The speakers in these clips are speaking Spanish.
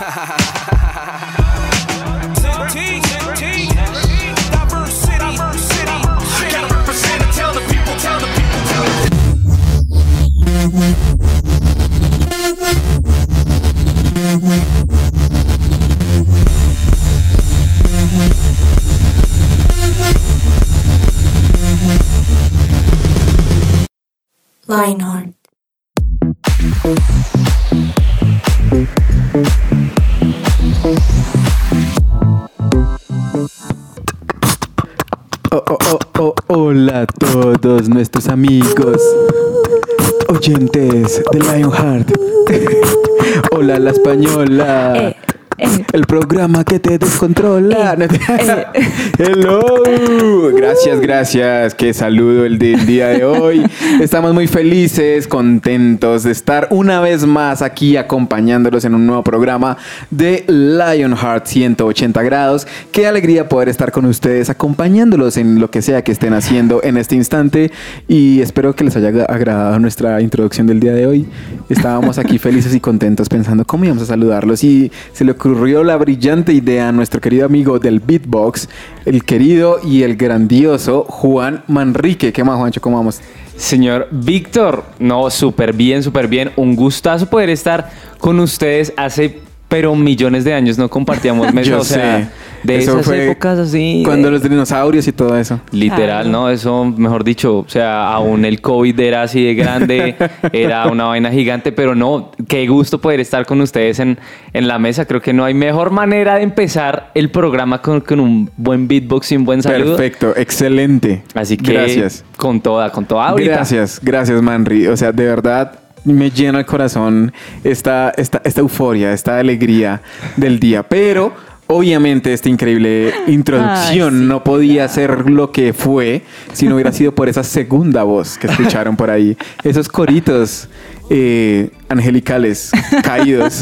Lionheart. Hola a todos nuestros amigos oyentes de Lionheart. Hola la española. El programa que te descontrola. Hello. Gracias. Qué saludo el del día de hoy. Estamos muy felices, contentos de estar una vez más aquí acompañándolos en un nuevo programa de Lionheart 180 grados. Qué alegría poder estar con ustedes, acompañándolos en lo que sea que estén haciendo en este instante. Y espero que les haya agradado nuestra introducción del día de hoy. Estábamos aquí felices y contentos pensando cómo íbamos a saludarlos y se le ocurrió la brillante idea a nuestro querido amigo del beatbox, el querido y el grandioso Juan Manrique. ¿Qué más, Juancho? ¿Cómo vamos? Señor Víctor, no, súper bien. Un gustazo poder estar con ustedes. Pero millones de años no compartíamos mesa. Yo o sea, sé. De eso esas fue épocas así. Cuando los dinosaurios y todo eso. Literal, ¿no? Eso, mejor dicho, o sea, aún el COVID era así de grande, era una vaina gigante, pero no, qué gusto poder estar con ustedes en la mesa. Creo que no hay mejor manera de empezar el programa con un buen beatbox y un buen saludo. Perfecto, excelente. Así que gracias. Con toda ahorita. Gracias, Manri. O sea, de verdad me llena el corazón esta euforia, esta alegría del día. Pero obviamente esta increíble introducción no podía ser lo que fue si no hubiera sido por esa segunda voz que escucharon por ahí. Esos coritos angelicales caídos.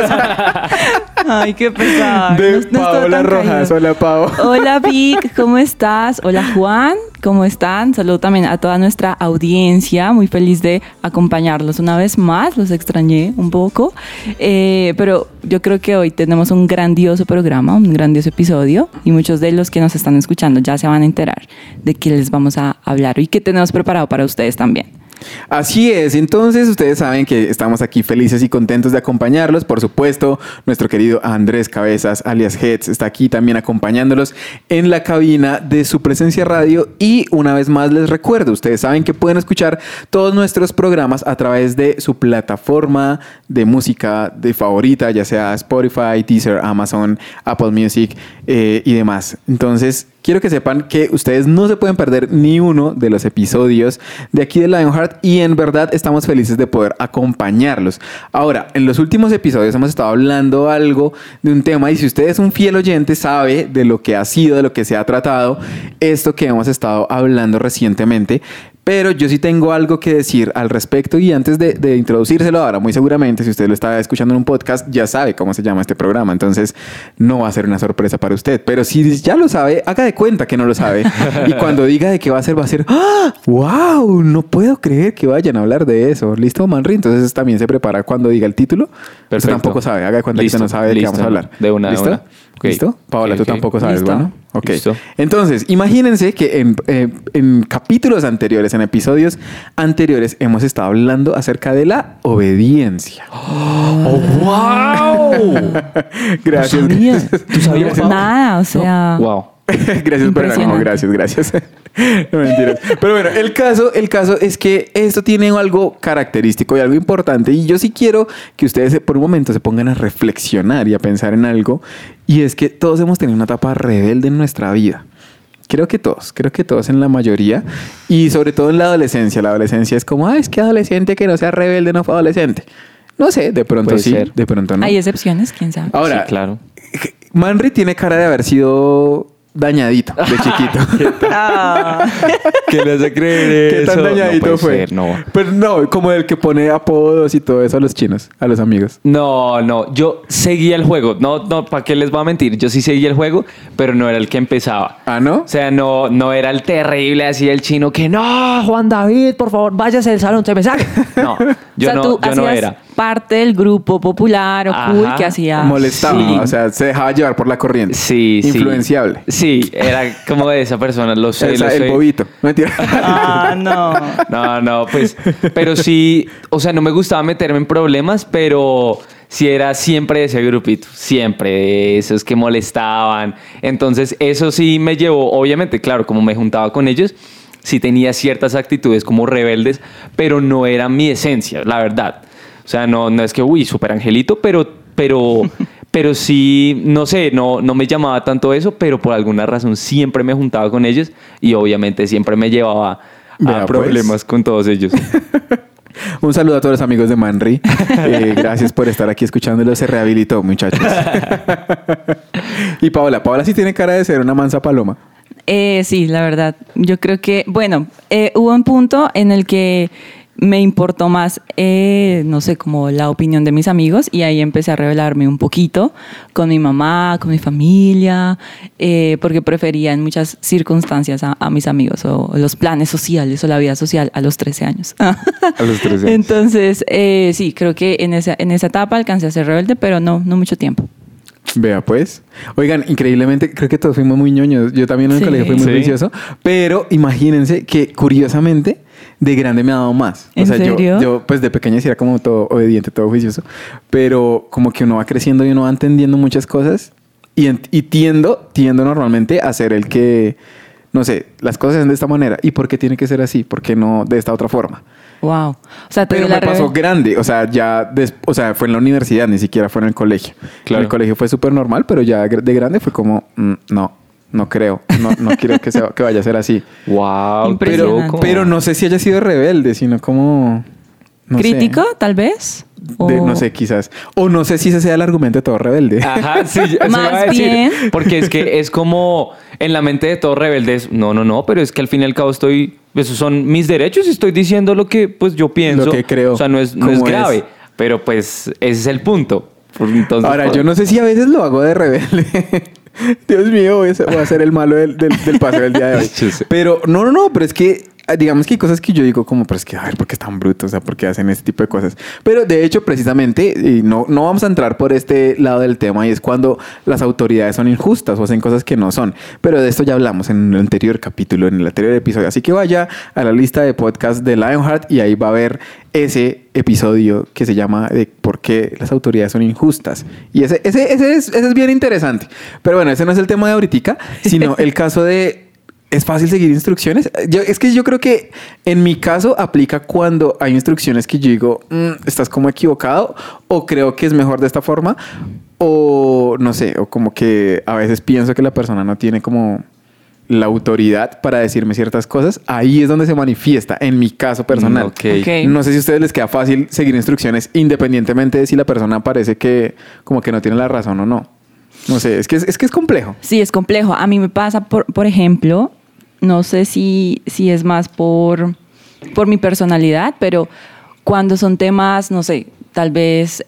Ay, qué pesado. De Paola Rojas. Hola, Pao. Hola, Vic. ¿Cómo estás? Hola, Juan. ¿Cómo están? Saludo también a toda nuestra audiencia. Muy feliz de acompañarlos una vez más. Los extrañé un poco. Pero yo creo que hoy tenemos un grandioso programa, un grandioso episodio. Y muchos de los que nos están escuchando ya se van a enterar de qué les vamos a hablar y qué tenemos preparado para ustedes también. Así es, entonces ustedes saben que estamos aquí felices y contentos de acompañarlos. Por supuesto, nuestro querido Andrés Cabezas, alias Heads, está aquí también acompañándolos en la cabina de su presencia radio. Y una vez más les recuerdo, ustedes saben que pueden escuchar todos nuestros programas a través de su plataforma de música de favorita, ya sea Spotify, Deezer, Amazon, Apple Music y demás. Entonces, quiero que sepan que ustedes no se pueden perder ni uno de los episodios de aquí de Lionheart y en verdad estamos felices de poder acompañarlos. Ahora, en los últimos episodios hemos estado hablando algo de un tema y si usted es un fiel oyente sabe de lo que ha sido, de lo que se ha tratado esto que hemos estado hablando recientemente. Pero yo sí tengo algo que decir al respecto y antes de introducírselo ahora, muy seguramente, si usted lo está escuchando en un podcast, ya sabe cómo se llama este programa. Entonces, no va a ser una sorpresa para usted. Pero si ya lo sabe, haga de cuenta que no lo sabe. Y cuando diga de qué va a ser ¡ah! ¡Wow! No puedo creer que vayan a hablar de eso. ¿Listo, Manri? Entonces también se prepara cuando diga el título. Perfecto. Usted tampoco sabe. Haga de cuenta que usted no sabe de qué vamos a hablar. ¿Listo? Okay. ¿Listo? Paola, tú tampoco sabes, ¿Listo? Bueno. Ok. Listo. Entonces, imagínense que en capítulos anteriores, en episodios anteriores, hemos estado hablando acerca de la obediencia. ¡Oh, wow! Gracias. ¿Tú sabías? Nada, o sea... No. Wow. Gracias, pero no, gracias. No, mentiras. Pero bueno, el caso es que esto tiene algo característico y algo importante y yo sí quiero que ustedes por un momento se pongan a reflexionar y a pensar en algo y es que todos hemos tenido una etapa rebelde en nuestra vida. Creo que todos en la mayoría y sobre todo en la adolescencia. La adolescencia es como, es que adolescente que no sea rebelde no fue adolescente. No sé, de pronto sí, de pronto no. Hay excepciones, quién sabe. Ahora, sí, claro. Manri tiene cara de haber sido dañadito de chiquito. ¿Qué le hace creer ¿Qué eso? tan dañadito no fue? Ser, no. Pero no, como el que pone apodos y todo eso a los chinos, a los amigos. No, yo seguía el juego. No, ¿para qué les voy a mentir? Yo sí seguía el juego, pero no era el que empezaba. ¿Ah, no? O sea, no era el terrible así el chino que no, Juan David, por favor, váyase del salón, se me sale. No, yo no era. parte del grupo popular o cool Ajá. que hacía... Molestaba, Sí. o sea, se dejaba llevar por la corriente. Sí, Influenciable. Sí, era como de esa persona, lo sé, Esa, lo el sé. bobito. Mentira. Ah, no. No, pues, pero sí, o sea, no me gustaba meterme en problemas, pero sí era siempre de ese grupito, siempre, de esos que molestaban. Entonces, eso sí me llevó, obviamente, claro, como me juntaba con ellos, sí tenía ciertas actitudes como rebeldes, pero no era mi esencia, la verdad. O sea, no es que, uy, súper angelito, pero sí, no sé, no me llamaba tanto eso, pero por alguna razón siempre me juntaba con ellos y obviamente siempre me llevaba Vea, a problemas con todos ellos. Un saludo a todos los amigos de Manri. Gracias por estar aquí escuchándolo. Se rehabilitó, muchachos. Y Paola sí tiene cara de ser una mansa paloma. Sí, la verdad. Yo creo que, bueno, hubo un punto en el que me importó más, no sé, como la opinión de mis amigos y ahí empecé a rebelarme un poquito con mi mamá, con mi familia, porque prefería en muchas circunstancias a mis amigos o los planes sociales o la vida social a los 13 años. A los 13 años. Entonces, sí, creo que en esa etapa alcancé a ser rebelde, pero no mucho tiempo. Vea pues. Oigan, increíblemente, creo que todos fuimos muy ñoños. Yo también en el Sí. colegio fui muy Sí. juicioso. Pero imagínense que, curiosamente, de grande me ha dado más. ¿En serio? Yo, pues de pequeña sí era como todo obediente, todo juicioso. Pero como que uno va creciendo y uno va entendiendo muchas cosas. Y tiendo normalmente a ser el que, no sé, las cosas se hacen de esta manera. ¿Y por qué tiene que ser así? ¿Por qué no de esta otra forma? Wow. O sea, te Pero dio me la pasó grande, o sea, o sea, fue en la universidad, ni siquiera fue en el colegio. Claro. En el colegio fue súper normal, pero ya de grande fue como, no creo, no quiero que vaya a ser así. Wow, qué Impresionante. loco. Pero no sé si haya sido rebelde, sino como... no sé. ¿Crítico, tal vez? No sé, quizás. O no sé si ese sea el argumento de todo rebelde. Ajá, sí, eso Más iba a decir. bien. Porque es que es como en la mente de todos rebeldes. No, pero es que al fin y al cabo esos son mis derechos y estoy diciendo lo que pues yo pienso. Lo que creo. O sea, no es ¿Cómo grave, es? pero pues ese es el punto. Entonces, Ahora, pues, yo no sé si a veces lo hago de rebelde. Dios mío, voy a ser el malo del paseo del día de hoy. Yo sé. Pero pero es que digamos que hay cosas que yo digo como, pero es que, a ver, ¿por qué están brutos? O sea, ¿por qué hacen este tipo de cosas? Pero de hecho, precisamente, y no vamos a entrar por este lado del tema y es cuando las autoridades son injustas o hacen cosas que no son. Pero de esto ya hablamos en el anterior capítulo, en el anterior episodio. Así que vaya a la lista de podcast de Lionheart y ahí va a ver ese episodio que se llama de por qué las autoridades son injustas. Y ese es bien interesante. Pero bueno, ese no es el tema de ahorita, sino el caso de... ¿Es fácil seguir instrucciones? Es que yo creo que en mi caso aplica cuando hay instrucciones que yo digo, estás como equivocado o creo que es mejor de esta forma o no sé, o como que a veces pienso que la persona no tiene como la autoridad para decirme ciertas cosas. Ahí es donde se manifiesta en mi caso personal. Ok. No sé si a ustedes les queda fácil seguir instrucciones independientemente de si la persona parece que como que no tiene la razón o no. No sé, es que es complejo. Sí, es complejo. A mí me pasa, por ejemplo, no sé si es más por mi personalidad, pero cuando son temas, no sé, tal vez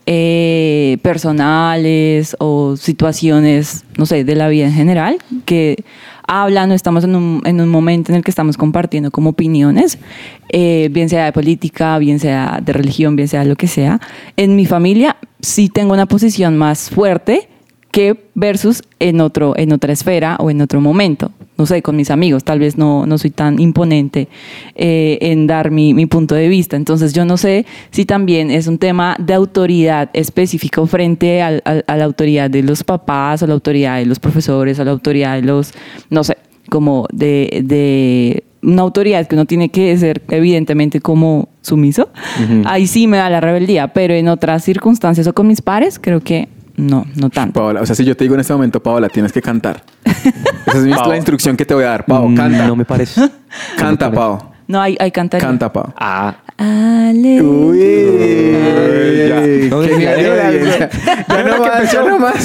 personales o situaciones, no sé, de la vida en general, que hablan o estamos en un momento en el que estamos compartiendo como opiniones, bien sea de política, bien sea de religión, bien sea lo que sea. En mi familia sí tengo una posición más fuerte que versus en otra esfera o en otro momento. No sé, con mis amigos, tal vez no soy tan imponente en dar mi punto de vista. Entonces yo no sé si también es un tema de autoridad específico frente a la autoridad de los papás o la autoridad de los profesores o la autoridad de los, no sé, como de una autoridad que uno tiene que ser evidentemente como sumiso. Ujú. Ahí sí me da la rebeldía, pero en otras circunstancias o con mis pares creo que no tanto. Paola, o sea, si yo te digo en este momento, Paola, tienes que cantar. Esa es Pau. la instrucción que te voy a dar. Pau, canta. No me parece. Canta, Pau. No, hay cantaría. Canta, Pau. Ah, Aleluya. Uy, Ya. No, qué nivel de obediencia. Ya no más.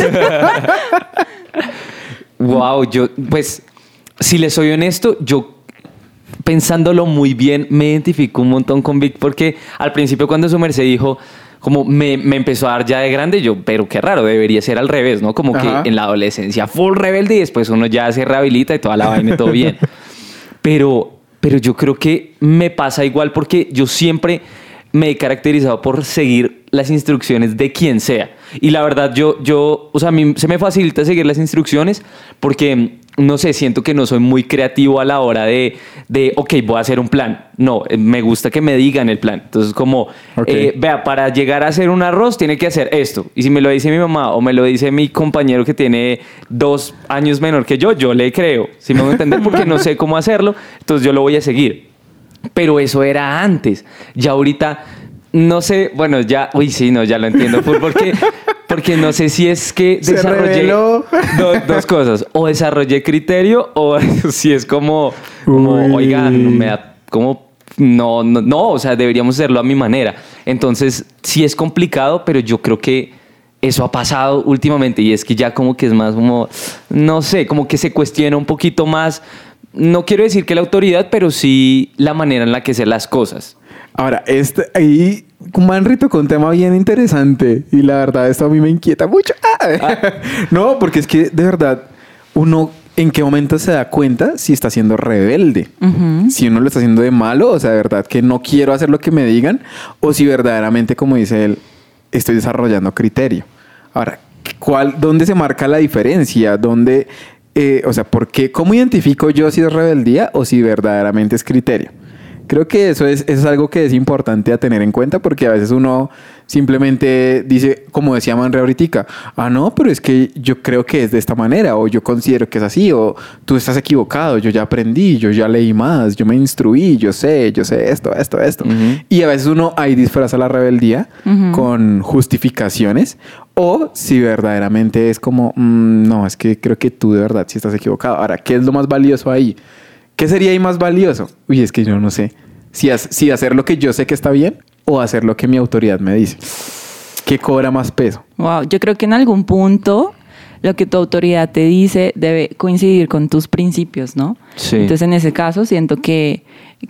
wow, pues, si les soy honesto, yo pensándolo muy bien, me identifico un montón con Vic, porque al principio cuando su merced dijo, como me empezó a dar ya de grande, yo, pero qué raro, debería ser al revés, ¿no? Como Ajá. que en la adolescencia full rebelde y después uno ya se rehabilita y toda la vaina y todo bien. Pero yo creo que me pasa igual porque yo siempre me he caracterizado por seguir las instrucciones de quien sea. Y la verdad, o sea, a mí se me facilita seguir las instrucciones porque, no sé, siento que no soy muy creativo a la hora de ok, voy a hacer un plan. No, me gusta que me digan el plan. Entonces, como, vea, para llegar a hacer un arroz tiene que hacer esto. Y si me lo dice mi mamá o me lo dice mi compañero que tiene 2 años menor que yo le creo. ¿Sí me voy a entender? Porque no sé cómo hacerlo, entonces yo lo voy a seguir. Pero eso era antes. Ya ahorita, no sé, bueno, ya, ya lo entiendo. Porque no sé si es que desarrollé dos cosas. O desarrollé criterio o si es como oiga, me da como... No, o sea, deberíamos hacerlo a mi manera. Entonces, sí es complicado, pero yo creo que eso ha pasado últimamente y es que ya como que es más como, no sé, como que se cuestiona un poquito más. No quiero decir que la autoridad, pero sí la manera en la que hacer las cosas. Ahora, ahí Manri tocó un tema bien interesante y la verdad esto a mí me inquieta mucho. No, porque es que de verdad uno en qué momento se da cuenta si está siendo rebelde. Uh-huh. Si uno lo está haciendo de malo, o sea, de verdad que no quiero hacer lo que me digan, o si verdaderamente, como dice él, estoy desarrollando criterio. Ahora, ¿dónde se marca la diferencia? ¿Dónde... o sea, ¿cómo identifico yo si es rebeldía o si verdaderamente es criterio? Creo que eso es algo que es importante a tener en cuenta porque a veces uno simplemente dice, como decía Manri ahorita, no, pero es que yo creo que es de esta manera o yo considero que es así o tú estás equivocado, yo ya aprendí, yo ya leí más, yo me instruí, yo sé esto. Uh-huh. Y a veces uno ahí disfraza la rebeldía uh-huh. con justificaciones o si verdaderamente es como, no, es que creo que tú de verdad sí estás equivocado. Ahora, ¿qué es lo más valioso ahí? ¿Qué sería ahí más valioso? Uy, es que yo no sé. Si hacer lo que yo sé que está bien o hacer lo que mi autoridad me dice. ¿Qué cobra más peso? Wow, yo creo que en algún punto lo que tu autoridad te dice debe coincidir con tus principios, ¿no? Sí. Entonces, en ese caso, siento que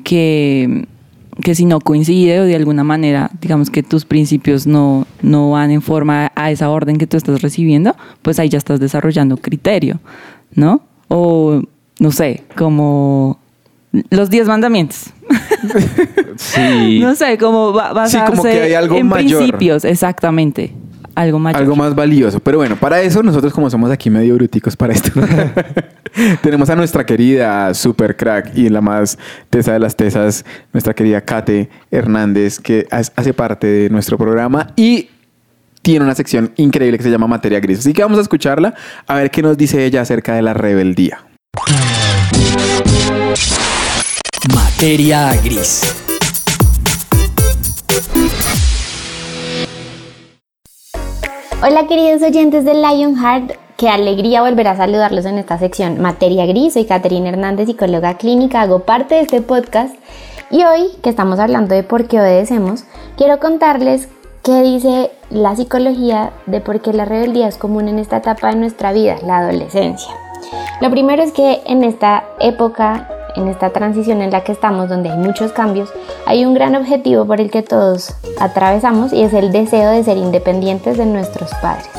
si no coincide o de alguna manera, digamos que tus principios no van en forma a esa orden que tú estás recibiendo, pues ahí ya estás desarrollando criterio, ¿no? O... no sé, como los 10 mandamientos. Sí. No sé, como basarse como que hay algo en mayor. Principios, exactamente. Algo mayor. Algo más valioso. Pero bueno, para eso nosotros como somos aquí medio bruticos para esto, tenemos a nuestra querida super crack y la más tesa de las tesas, nuestra querida Kate Hernández, que hace parte de nuestro programa y tiene una sección increíble que se llama Materia Gris. Así que vamos a escucharla a ver qué nos dice ella acerca de la rebeldía. Materia Gris. Hola queridos oyentes de Lionheart, qué alegría volver a saludarlos en esta sección Materia Gris. Soy Caterina Hernández, psicóloga clínica, hago parte de este podcast y hoy que estamos hablando de por qué obedecemos, quiero contarles qué dice la psicología de por qué la rebeldía es común en esta etapa de nuestra vida, la adolescencia. Lo primero es que en esta época, en esta transición en la que estamos, donde hay muchos cambios, hay un gran objetivo por el que todos atravesamos y es el deseo de ser independientes de nuestros padres.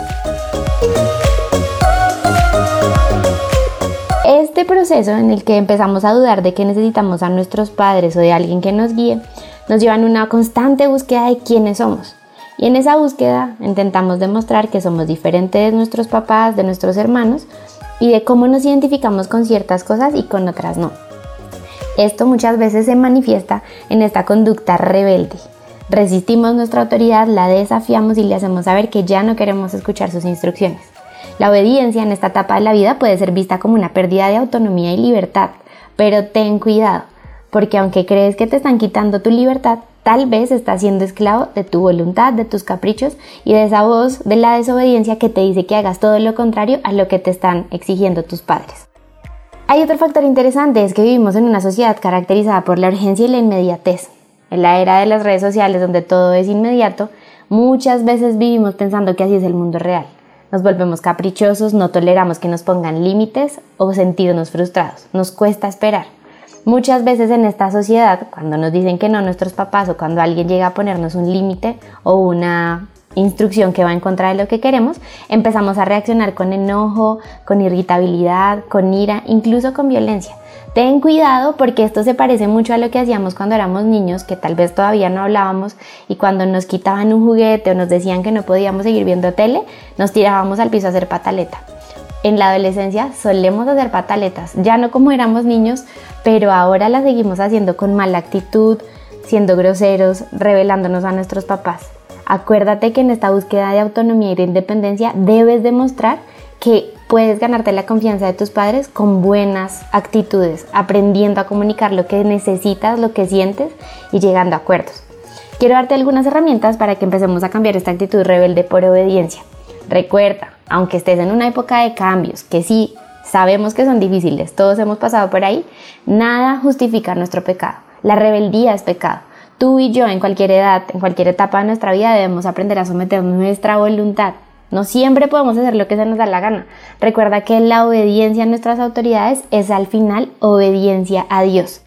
Este proceso en el que empezamos a dudar de que necesitamos a nuestros padres o de alguien que nos guíe, nos lleva a una constante búsqueda de quiénes somos. Y en esa búsqueda intentamos demostrar que somos diferentes de nuestros papás, de nuestros hermanos, y de cómo nos identificamos con ciertas cosas y con otras no. Esto muchas veces se manifiesta en esta conducta rebelde. Resistimos nuestra autoridad, la desafiamos y le hacemos saber que ya no queremos escuchar sus instrucciones. La obediencia en esta etapa de la vida puede ser vista como una pérdida de autonomía y libertad, pero ten cuidado, porque aunque crees que te están quitando tu libertad, tal vez estás siendo esclavo de tu voluntad, de tus caprichos y de esa voz de la desobediencia que te dice que hagas todo lo contrario a lo que te están exigiendo tus padres. Hay otro factor interesante, es que vivimos en una sociedad caracterizada por la urgencia y la inmediatez. En la era de las redes sociales donde todo es inmediato, muchas veces vivimos pensando que así es el mundo real. Nos volvemos caprichosos, no toleramos que nos pongan límites o sentirnos frustrados. Nos cuesta esperar. Muchas veces en esta sociedad, cuando nos dicen que no nuestros papás o cuando alguien llega a ponernos un límite o una instrucción que va en contra de lo que queremos, empezamos a reaccionar con enojo, con irritabilidad, con ira, incluso con violencia. Ten cuidado porque esto se parece mucho a lo que hacíamos cuando éramos niños, que tal vez todavía no hablábamos y cuando nos quitaban un juguete o nos decían que no podíamos seguir viendo tele, nos tirábamos al piso a hacer pataleta. En la adolescencia solemos hacer pataletas, ya no como éramos niños, pero ahora las seguimos haciendo con mala actitud, siendo groseros, rebelándonos a nuestros papás. Acuérdate que en esta búsqueda de autonomía y de independencia debes demostrar que puedes ganarte la confianza de tus padres con buenas actitudes, aprendiendo a comunicar lo que necesitas, lo que sientes y llegando a acuerdos. Quiero darte algunas herramientas para que empecemos a cambiar esta actitud rebelde por obediencia. Recuerda, aunque estés en una época de cambios, que sí, sabemos que son difíciles, todos hemos pasado por ahí, nada justifica nuestro pecado. La rebeldía es pecado. Tú y yo en cualquier edad, en cualquier etapa de nuestra vida debemos aprender a someter nuestra voluntad. No siempre podemos hacer lo que se nos da la gana. Recuerda que la obediencia a nuestras autoridades es al final obediencia a Dios.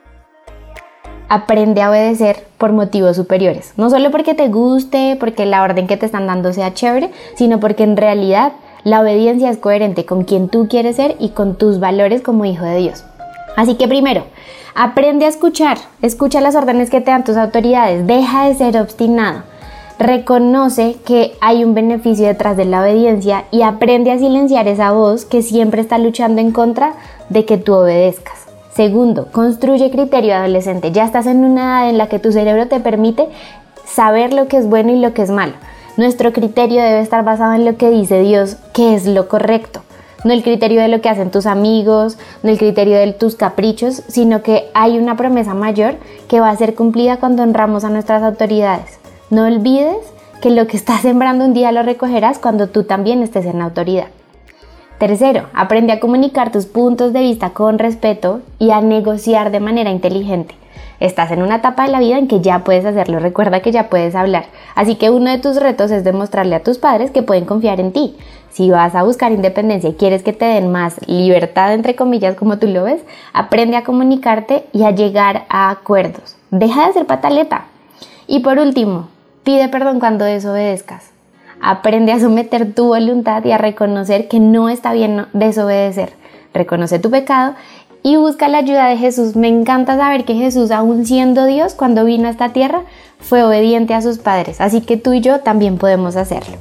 Aprende a obedecer por motivos superiores. No solo porque te guste, porque la orden que te están dando sea chévere, sino porque en realidad la obediencia es coherente con quien tú quieres ser y con tus valores como hijo de Dios. Así que primero, aprende a escuchar. Escucha las órdenes que te dan tus autoridades. Deja de ser obstinado. Reconoce que hay un beneficio detrás de la obediencia y aprende a silenciar esa voz que siempre está luchando en contra de que tú obedezcas. Segundo, construye criterio adolescente. Ya estás en una edad en la que tu cerebro te permite saber lo que es bueno y lo que es malo. Nuestro criterio debe estar basado en lo que dice Dios, que es lo correcto. No el criterio de lo que hacen tus amigos, no el criterio de tus caprichos, sino que hay una promesa mayor que va a ser cumplida cuando honramos a nuestras autoridades. No olvides que lo que estás sembrando un día lo recogerás cuando tú también estés en autoridad. Tercero, aprende a comunicar tus puntos de vista con respeto y a negociar de manera inteligente. Estás en una etapa de la vida en que ya puedes hacerlo, recuerda que ya puedes hablar. Así que uno de tus retos es demostrarle a tus padres que pueden confiar en ti. Si vas a buscar independencia y quieres que te den más libertad, entre comillas, como tú lo ves, aprende a comunicarte y a llegar a acuerdos. Deja de hacer pataleta. Y por último, pide perdón cuando desobedezcas. Aprende a someter tu voluntad y a reconocer que no está bien desobedecer. Reconoce tu pecado y busca la ayuda de Jesús. Me encanta saber que Jesús, aún siendo Dios, cuando vino a esta tierra, fue obediente a sus padres. Así que tú y yo también podemos hacerlo.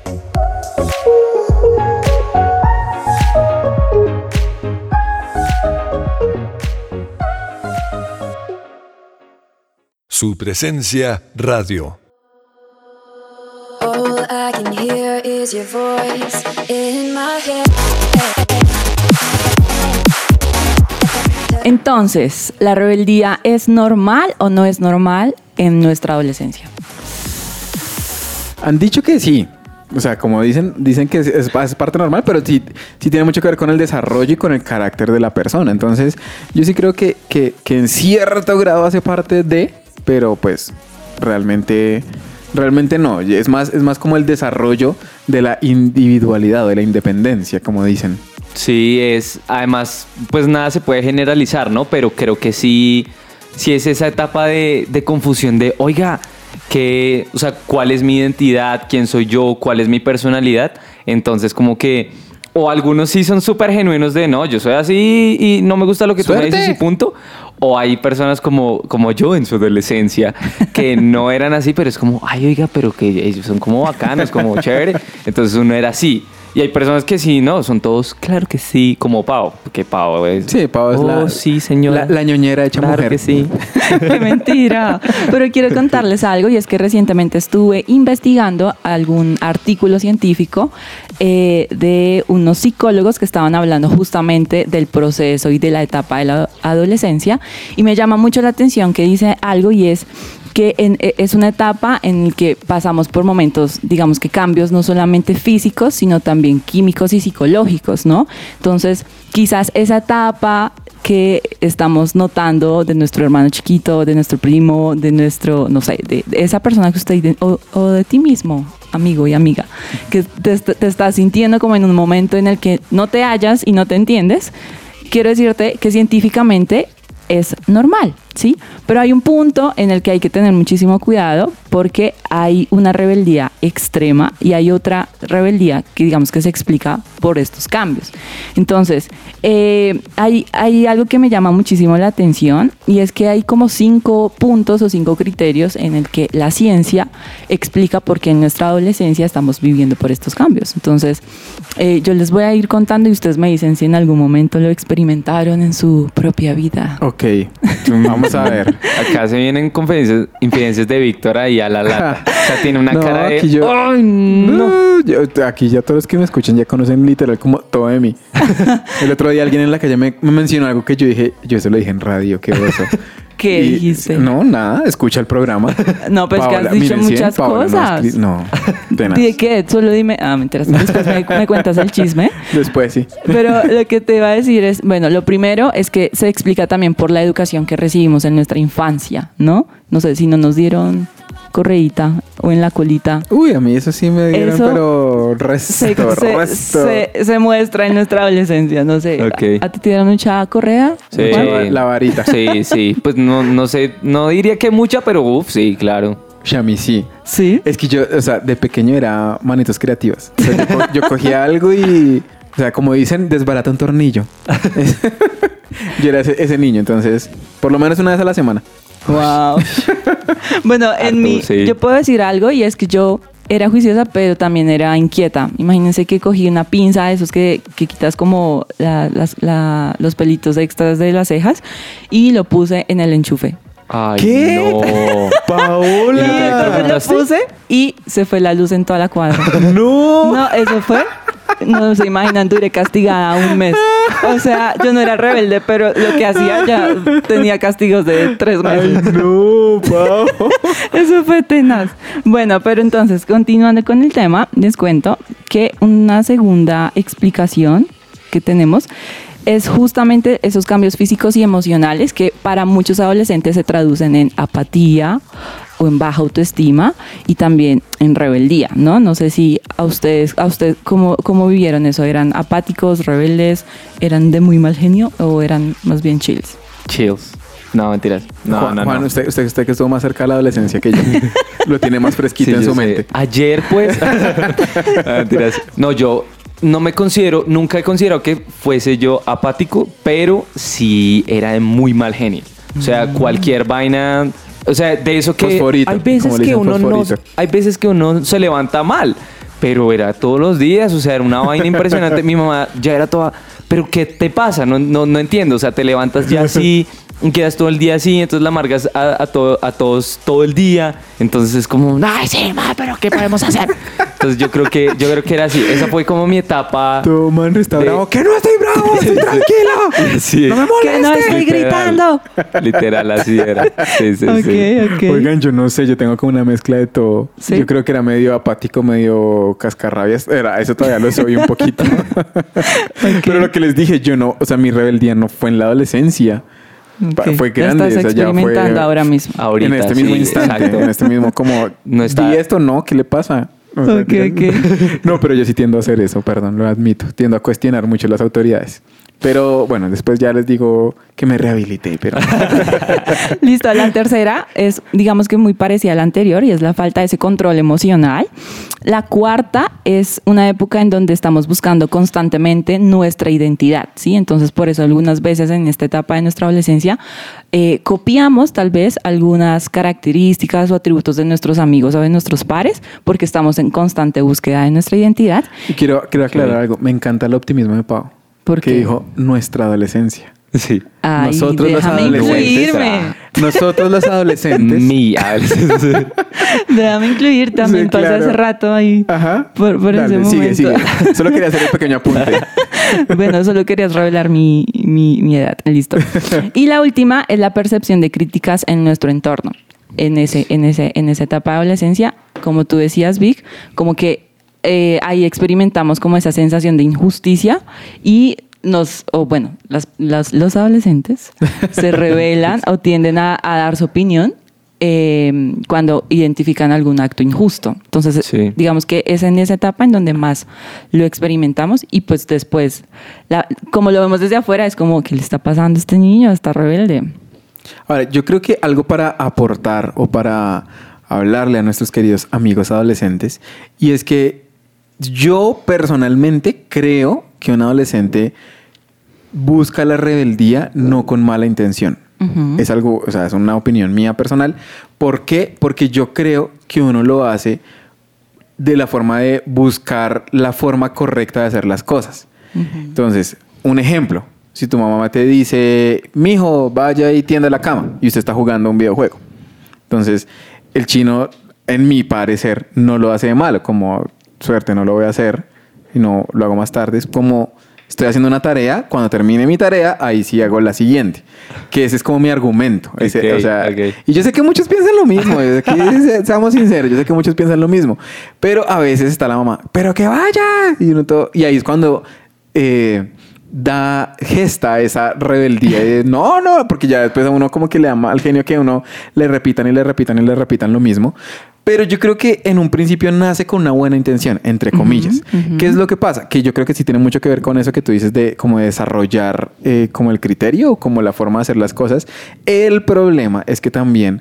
Su presencia radio. All I can hear is your voice in my head. Entonces, ¿la rebeldía es normal o no es normal en nuestra adolescencia? Han dicho que sí. O sea, como dicen que es parte normal, pero sí tiene mucho que ver con el desarrollo y con el carácter de la persona. Entonces, yo sí creo que en cierto grado hace parte de, pero pues realmente no. Es más como el desarrollo de la individualidad o de la independencia, como dicen. Sí, además, pues nada se puede generalizar, ¿no? Pero creo que sí es esa etapa de confusión de, oiga, o sea, ¿cuál es mi identidad? ¿Quién soy yo? ¿Cuál es mi personalidad? Entonces, como que, o algunos sí son súper genuinos de, no, yo soy así y no me gusta lo que tú me dices y punto. O hay personas como yo en su adolescencia que no eran así, pero es como, ay, oiga, pero que ellos son como bacanos, como chévere. Entonces uno era así. Y hay personas que sí, no, son todos, claro que sí, como Pau. Que Pau es... Sí, Pau es sí, señora. La ñoñera hecha claro mujer. Que sí. ¡Qué mentira! Pero quiero contarles algo, y es que recientemente estuve investigando algún artículo científico de unos psicólogos que estaban hablando justamente del proceso y de la etapa de la adolescencia, y me llama mucho la atención que dice algo, y es que es una etapa en la que pasamos por momentos, digamos que cambios no solamente físicos, sino también químicos y psicológicos, ¿no? Entonces, quizás esa etapa que estamos notando de nuestro hermano chiquito, de nuestro primo, de nuestro, no sé, de esa persona que usted, o de ti mismo, amigo y amiga, que te estás sintiendo como en un momento en el que no te hallas y no te entiendes, quiero decirte que científicamente es normal. ¿sí? Pero hay un punto en el que hay que tener muchísimo cuidado porque hay una rebeldía extrema y hay otra rebeldía que digamos que se explica por estos cambios. Entonces, hay algo que me llama muchísimo la atención y es que hay como 5 puntos o 5 criterios en el que la ciencia explica por qué en nuestra adolescencia estamos viviendo por estos cambios. Entonces, yo les voy a ir contando y ustedes me dicen si en algún momento lo experimentaron en su propia vida. Ok, vamos a ver. Acá se vienen infidencias de Víctor ahí a la lata. O sea, tiene una No, cara de... aquí yo- ¡Ay, no! Aquí ya todos los que me escuchan ya conocen literal como todo de mí. El otro día alguien en la calle me mencionó algo que yo dije, yo se lo dije en radio, qué oso. ¿Qué Y- dijiste? No, nada, escucha el programa. No, pues que has dicho miren, muchas Paola cosas. No, tenaz. ¿De qué? Solo dime. Ah, me interesa. Después me cuentas el chisme. Después sí. Pero lo que te iba a decir es, bueno, lo primero es que se explica también por la educación que recibimos en nuestra infancia, ¿no? No sé si no nos dieron correíta o en la colita. Uy, a mí eso sí me dieron, Eso pero resto. Se muestra en nuestra adolescencia, no sé. Ok. ¿A ti te dieron mucha correa? Sí. Juan? La varita. Sí. Pues no sé, no diría que mucha, pero sí, claro. A mí sí. Sí. Es que yo, o sea, de pequeño era manitos creativas. O sea, yo cogía algo y, o sea, como dicen, desbarata un tornillo. Yo era ese niño, entonces, por lo menos una vez a la semana. Wow. Bueno, Sí. yo puedo decir algo y es que yo era juiciosa, pero también era inquieta. Imagínense que cogí una pinza de esos que quitas como los pelitos extras de las cejas y lo puse en el enchufe. Ay, ¿Qué? no. ¡Paola! Lo puse y se fue la luz en toda la cuadra. ¡No! No, eso fue. No se imaginan, duré castigada 1 mes. O sea, yo no era rebelde, pero lo que hacía ya tenía castigos de 3 meses. ¡Ay, no, Pao! Eso fue tenaz. Bueno, pero entonces, continuando con el tema, les cuento que una segunda explicación que tenemos es justamente esos cambios físicos y emocionales que para muchos adolescentes se traducen en apatía o en baja autoestima y también en rebeldía, ¿no? No sé si a ustedes ¿cómo vivieron eso? ¿Eran apáticos, rebeldes, eran de muy mal genio o eran más bien chills? Chills. No, mentiras. No, Juan, usted que estuvo más cerca de la adolescencia que yo. Lo tiene más fresquito Sí, en yo su sé. mente. Ayer, pues. No, mentiras. No, yo no me considero, nunca he considerado que fuese yo apático, pero sí era de muy mal genio. O sea, cualquier vaina. O sea, de eso que Fosforito, hay veces como le que dicen, uno no, fosforito. hay veces que uno se levanta mal, pero era todos los días, o sea, era una vaina impresionante. Mi mamá ya era toda, pero ¿qué te pasa? No entiendo, o sea, te levantas ya así, quedas todo el día así, entonces la amargas a todos todo el día, entonces es como, ay, sí, ma, pero ¿qué podemos hacer? Entonces yo creo que era así, esa fue como mi etapa. Tu man está de- bravo. ¡Que no estoy bravo! ¡Estoy tranquilo! Sí. ¡No me ¡Que no molestes! estoy gritando! Literal, así era. Sí, sí, sí. Ok. Oigan, yo no sé, yo tengo como una mezcla de todo. ¿Sí? Yo creo que era medio apático, medio cascarrabias. Eso todavía lo soy un poquito. Pero lo que les dije, yo no, o sea, mi rebeldía no fue en la adolescencia. Ok. Fue Ya grande. estás o sea, ya experimentando fue ahora mismo. Ahorita, en este mismo sí, instante. exacto. En este mismo como, No está- di esto, no, ¿qué le pasa? O sea, Ok, No, pero yo sí tiendo a hacer eso, perdón, lo admito. Tiendo a cuestionar mucho las autoridades. Pero bueno, después ya les digo que me rehabilité, pero... Listo, la tercera es, digamos que muy parecida a la anterior y es la falta de ese control emocional. La cuarta es una época en donde estamos buscando constantemente nuestra identidad, ¿sí? Entonces, por eso algunas veces en esta etapa de nuestra adolescencia copiamos tal vez algunas características o atributos de nuestros amigos o de nuestros pares porque estamos en constante búsqueda de nuestra identidad. Y quiero aclarar algo. Me encanta el optimismo de Pau. ¿Por que qué? dijo nuestra adolescencia. Sí. Ay, Nosotros los déjame adolescentes. incluirme. Nosotros los adolescentes. Déjame incluir también, Sí, pasé claro. hace rato ahí. Ajá. Por Dale, ese momento. sigue. Solo quería hacer el pequeño apunte. Bueno, solo querías revelar mi edad. Listo. Y la última es la percepción de críticas en nuestro entorno. En esa etapa de adolescencia, como tú decías, Vic, como que ahí experimentamos como esa sensación de injusticia y los adolescentes se rebelan o tienden a dar su opinión cuando identifican algún acto injusto. Entonces, Sí. digamos que es en esa etapa en donde más lo experimentamos y pues después, como lo vemos desde afuera, es como, ¿qué le está pasando a este niño? Está rebelde. Ahora, yo creo que algo para aportar o para hablarle a nuestros queridos amigos adolescentes, y es que yo personalmente creo que un adolescente busca la rebeldía no con mala intención. Es algo, o sea, es una opinión mía personal. ¿Por qué? Porque yo creo que uno lo hace de la forma de buscar la forma correcta de hacer las cosas. Entonces, un ejemplo. Si tu mamá te dice, mijo, vaya y tienda la cama, y usted está jugando un videojuego. Entonces, el chino, en mi parecer, no lo hace de malo. Como, suerte, no lo voy a hacer y no lo hago más tarde. Es como, estoy haciendo una tarea, cuando termine mi tarea, ahí sí hago la siguiente. Que ese es como mi argumento. O sea, y yo sé que muchos piensan lo mismo. Seamos sinceros, yo sé que muchos piensan lo mismo. Pero a veces está la mamá, pero que vaya. Y ahí es cuando gesta esa rebeldía de no, porque ya después a uno como que le da mal genio que a uno le repitan lo mismo. Pero yo creo que en un principio nace con una buena intención, entre comillas. ¿Qué es lo que pasa? Que yo creo que sí tiene mucho que ver con eso que tú dices de como desarrollar como el criterio o como la forma de hacer las cosas. El problema es que también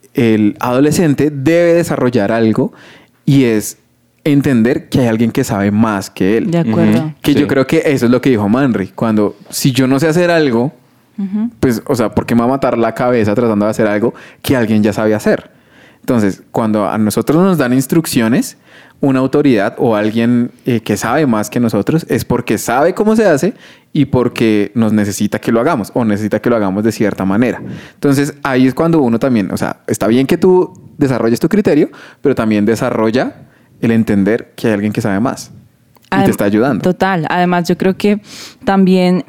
el adolescente debe desarrollar algo, y es entender que hay alguien que sabe más que él. De acuerdo. Que yo creo que eso es lo que dijo Manri. Si yo no sé hacer algo, pues, o sea, ¿por qué me va a matar la cabeza tratando de hacer algo que alguien ya sabe hacer? Entonces, cuando a nosotros nos dan instrucciones, una autoridad o alguien que sabe más que nosotros, es porque sabe cómo se hace y porque nos necesita que lo hagamos, o necesita que lo hagamos de cierta manera. Entonces, ahí es cuando uno también, o sea, está bien que tú desarrolles tu criterio, pero también desarrolla el entender que hay alguien que sabe más y te está ayudando. Total. Además, yo creo que también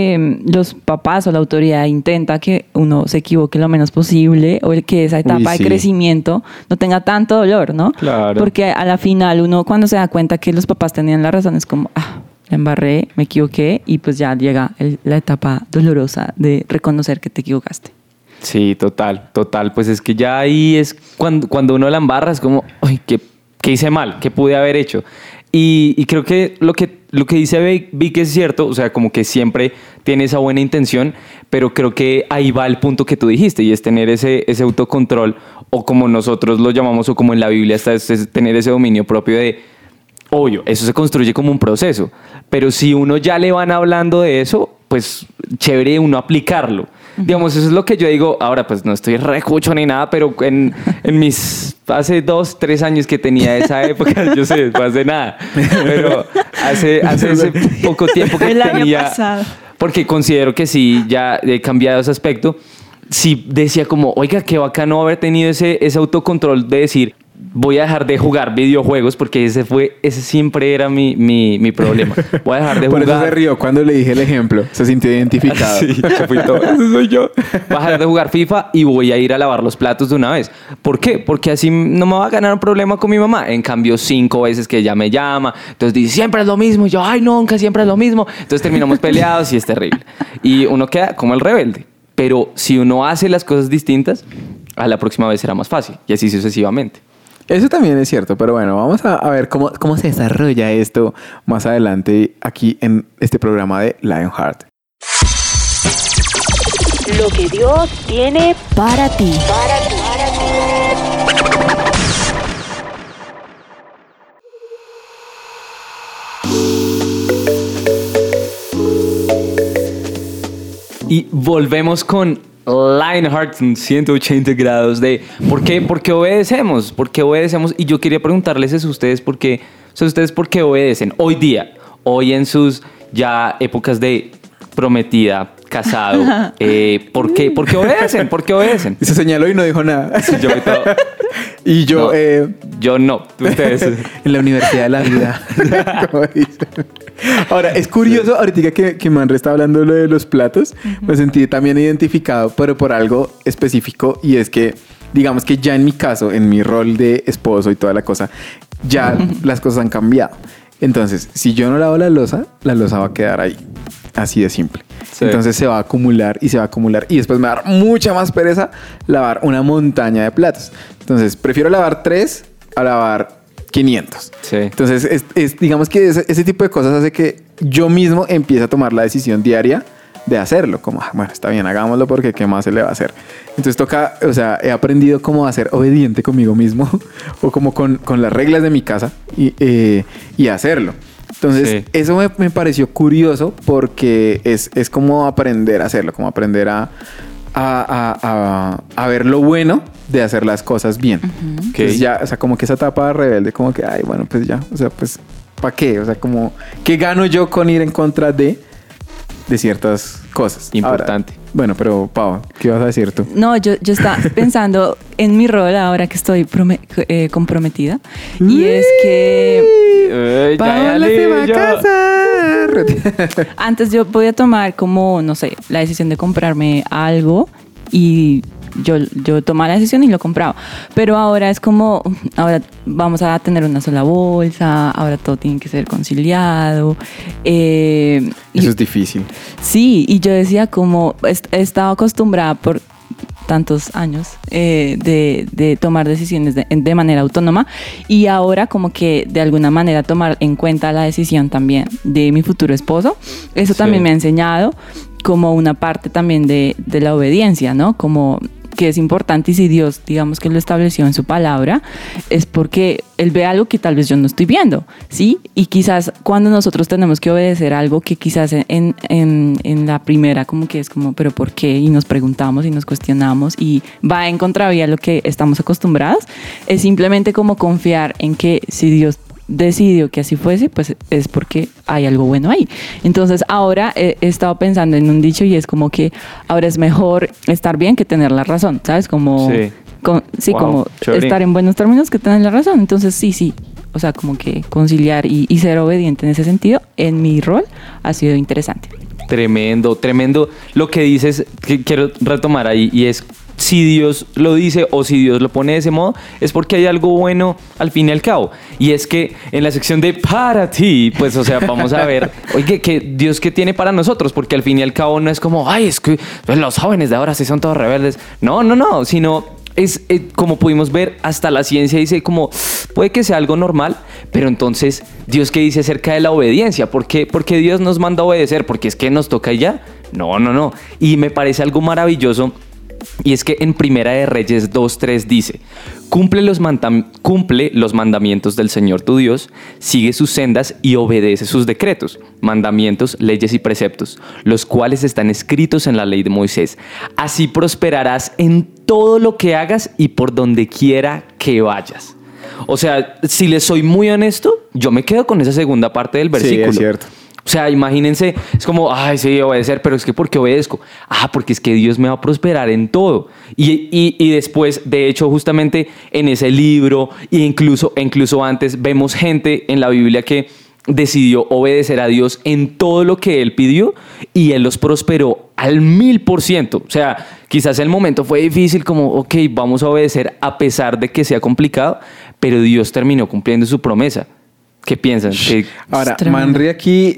los papás o la autoridad intenta que uno se equivoque lo menos posible, o que esa etapa de crecimiento no tenga tanto dolor, ¿no? Claro. Porque a la final uno, cuando se da cuenta que los papás tenían la razón, es como, la embarré, me equivoqué, y pues ya llega la etapa dolorosa de reconocer que te equivocaste. Sí, total. Pues es que ya ahí es cuando uno la embarra, es como, ay, ¿qué hice mal? ¿Qué pude haber hecho? Y creo que lo que dice Vic es cierto, o sea, como que siempre tiene esa buena intención, pero creo que ahí va el punto que tú dijiste, y es tener ese autocontrol, o como nosotros lo llamamos, o como en la Biblia está, es tener ese dominio propio de, obvio, eso se construye como un proceso, pero si uno ya le van hablando de eso, pues chévere uno aplicarlo. Digamos, eso es lo que yo digo. Ahora, pues no estoy recucho ni nada, pero en mis hace 2-3 años que tenía esa época, yo sé, no hace nada, pero hace ese poco tiempo que el año tenía, pasado. porque considero que sí, ya he cambiado ese aspecto. Sí decía como, oiga, qué bacano haber tenido ese autocontrol de decir, voy a dejar de jugar videojuegos, porque ese siempre era mi problema. Voy a dejar de jugar. Por eso se rió cuando le dije el ejemplo. Se sintió identificado. Sí, yo fui todo. Ese soy yo. Voy a dejar de jugar FIFA y voy a ir a lavar los platos de una vez. ¿Por qué? Porque así no me va a ganar un problema con mi mamá. En cambio, 5 veces que ella me llama, entonces dice, siempre es lo mismo. Y yo, ay, nunca, siempre es lo mismo. Entonces terminamos peleados y es terrible. Y uno queda como el rebelde. Pero si uno hace las cosas distintas, a la próxima vez será más fácil. Y así sucesivamente. Eso también es cierto, pero bueno, vamos a ver cómo se desarrolla esto más adelante aquí en este programa de Lionheart. Lo que Dios tiene para ti. Y volvemos con Lionheart en 180 grados de ¿por qué obedecemos? ¿Por qué obedecemos? Y yo quería preguntarles eso a ustedes, ¿por qué obedecen hoy día? Hoy en sus ya épocas de prometida, casado. ¿Por qué obedecen? ¿Por qué obedecen? Y se señaló y no dijo nada. Sí, yo me todo. Y yo... No, yo no. Ustedes. En la Universidad de la Vida. Como dicen. Ahora, es curioso, ahorita que Manre está hablando de los platos, me sentí también identificado, pero por algo específico, y es que, digamos que ya en mi caso, en mi rol de esposo y toda la cosa, ya las cosas han cambiado. Entonces, si yo no lavo la loza va a quedar ahí. Así de simple. Sí. Entonces se va a acumular y se va a acumular. Y después me va a dar mucha más pereza lavar una montaña de platos. Entonces, prefiero lavar 3 a lavar 500. Sí. Entonces, digamos que ese tipo de cosas hace que yo mismo empiece a tomar la decisión diaria de hacerlo, como, bueno, está bien, hagámoslo porque qué más se le va a hacer. Entonces toca, o sea, he aprendido como a ser obediente conmigo mismo o como con las reglas de mi casa y hacerlo. Entonces, Sí. eso me pareció curioso porque es como aprender a hacerlo, como aprender a ver lo bueno de hacer las cosas bien. Entonces ya, o sea, como que esa etapa rebelde, como que, ay, bueno, pues ya, o sea, pues, ¿para qué? O sea, como, ¿qué gano yo con ir en contra de ciertas cosas? Importante. Ahora, bueno, pero Pau, ¿qué vas a decir tú? No, yo estaba pensando en mi rol ahora que estoy comprometida. Y es que Paola se va a casar. antes yo podía tomar como, no sé, la decisión de comprarme algo y yo tomaba la decisión y lo compraba. Pero ahora es como, ahora vamos a tener una sola bolsa, ahora todo tiene que ser conciliado. Eso es difícil. Sí, y yo decía como he estado acostumbrada por tantos años de tomar decisiones de manera autónoma y ahora como que de alguna manera tomar en cuenta la decisión también de mi futuro esposo. Eso también me ha enseñado como una parte también de la obediencia, ¿no? Como que es importante y si Dios, digamos que lo estableció en su palabra, es porque Él ve algo que tal vez yo no estoy viendo, ¿sí? Y quizás cuando nosotros tenemos que obedecer algo que quizás en la primera como que es como, ¿pero por qué? Y nos preguntamos y nos cuestionamos y va en contravía a lo que estamos acostumbrados, es simplemente como confiar en que si Dios decidió que así fuese, pues es porque hay algo bueno ahí. Entonces ahora he estado pensando en un dicho y es como que ahora es mejor estar bien que tener la razón, ¿sabes? Como, Sí. Wow, como chévere. estar en buenos términos que tener la razón. Entonces sí. O sea, como que conciliar y ser obediente en ese sentido, en mi rol, ha sido interesante. Tremendo. Lo que dices, que quiero retomar ahí, y es, si Dios lo dice o si Dios lo pone de ese modo, es porque hay algo bueno al fin y al cabo. Y es que en la sección de para ti, pues, o sea, vamos a ver, oye, que Dios qué tiene para nosotros, porque al fin y al cabo no es como, ay, es que los jóvenes de ahora sí son todos rebeldes. No, sino es como pudimos ver, hasta la ciencia dice como, puede que sea algo normal, pero entonces, ¿Dios qué dice acerca de la obediencia? ¿Por qué Dios nos manda a obedecer? ¿Porque es que nos toca y ya? No. Y me parece algo maravilloso. Y es que en Primera de Reyes 2:3 dice, cumple los mandamientos del Señor tu Dios, sigue sus sendas y obedece sus decretos, mandamientos, leyes y preceptos, los cuales están escritos en la ley de Moisés. Así prosperarás en todo lo que hagas y por donde quiera que vayas. O sea, si les soy muy honesto, yo me quedo con esa segunda parte del versículo. Sí, es cierto. O sea, imagínense, es como, ay, sí, obedecer, pero es que ¿por qué obedezco? Porque es que Dios me va a prosperar en todo. Y después, de hecho, justamente en ese libro, e incluso antes, vemos gente en la Biblia que decidió obedecer a Dios en todo lo que Él pidió y Él los prosperó al 1000%. O sea, quizás el momento fue difícil, como, ok, vamos a obedecer a pesar de que sea complicado, pero Dios terminó cumpliendo su promesa. ¿Qué piensan? Ahora, Manri aquí,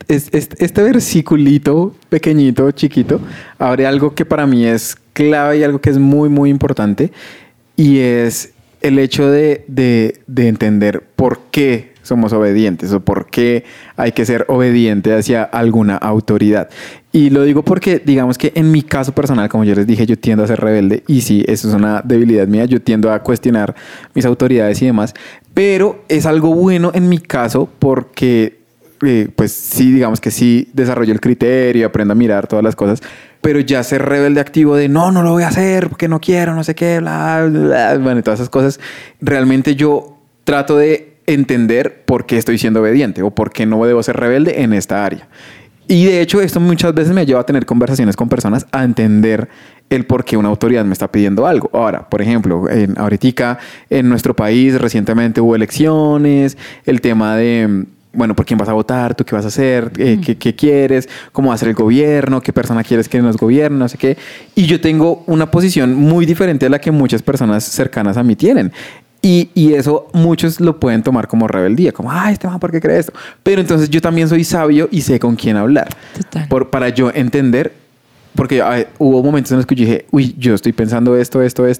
este versiculito pequeñito, chiquito, abre algo que para mí es clave y algo que es muy, muy importante. Y es el hecho de entender por qué somos obedientes o por qué hay que ser obediente hacia alguna autoridad. Y lo digo porque, digamos que en mi caso personal, como yo les dije, yo tiendo a ser rebelde y sí, eso es una debilidad mía. Yo tiendo a cuestionar mis autoridades y demás, pero es algo bueno en mi caso porque, pues sí, digamos que sí desarrollo el criterio, aprendo a mirar todas las cosas, pero ya ser rebelde activo de no lo voy a hacer porque no quiero, no sé qué, bla, bla, bueno, todas esas cosas, realmente yo trato de entender por qué estoy siendo obediente o por qué no debo ser rebelde en esta área. Y de hecho esto muchas veces me lleva a tener conversaciones con personas a entender el por qué una autoridad me está pidiendo algo. Ahora, por ejemplo, ahorita en nuestro país recientemente hubo elecciones, el tema de, bueno, ¿por quién vas a votar? ¿Tú qué vas a hacer? ¿Qué quieres? ¿Cómo va a ser el gobierno? ¿Qué persona quieres que nos gobierne? No sé qué. Y yo tengo una posición muy diferente a la que muchas personas cercanas a mí tienen. Y eso muchos lo pueden tomar como rebeldía, como, este man, ¿por qué cree esto? Pero entonces yo también soy sabio y sé con quién hablar. Total. Para yo entender, porque hubo momentos en los que yo dije, yo estoy pensando esto,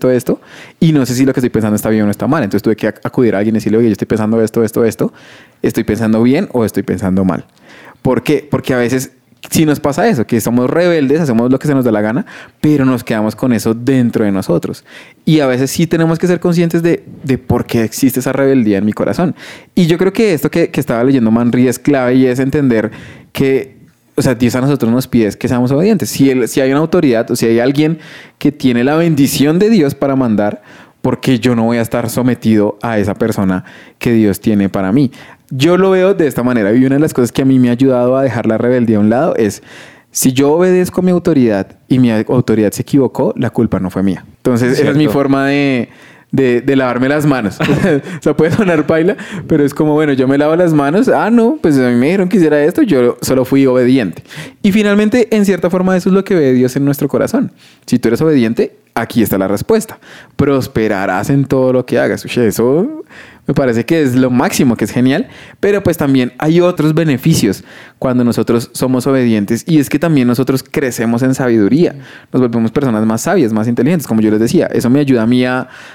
y no sé si lo que estoy pensando está bien o está mal. Entonces tuve que acudir a alguien y decirle, oye, yo estoy pensando esto, ¿estoy pensando bien o estoy pensando mal? ¿Por qué? Porque a veces si nos pasa eso, que somos rebeldes, hacemos lo que se nos da la gana, pero nos quedamos con eso dentro de nosotros. Y a veces sí tenemos que ser conscientes de por qué existe esa rebeldía en mi corazón. Y yo creo que esto que estaba leyendo Manri es clave, y es entender que, o sea, Dios a nosotros nos pide que seamos obedientes. Si hay una autoridad, o si hay alguien que tiene la bendición de Dios para mandar, ¿por qué yo no voy a estar sometido a esa persona que Dios tiene para mí? Yo lo veo de esta manera, y una de las cosas que a mí me ha ayudado a dejar la rebeldía a un lado es: si yo obedezco a mi autoridad y mi autoridad se equivocó, la culpa no fue mía. Entonces, esa es mi forma de lavarme las manos. O sea, puede sonar paila, pero es como, bueno, yo me lavo las manos. Ah, no, pues a mí me dijeron que hiciera esto, yo solo fui obediente. Y finalmente, en cierta forma, eso es lo que ve Dios en nuestro corazón. Si tú eres obediente, aquí está la respuesta: prosperarás en todo lo que hagas. Oye, eso me parece que es lo máximo, que es genial. Pero pues también hay otros beneficios cuando nosotros somos obedientes, y es que también nosotros crecemos en sabiduría. Nos volvemos personas más sabias, más inteligentes, como yo les decía. Eso me ayuda a mí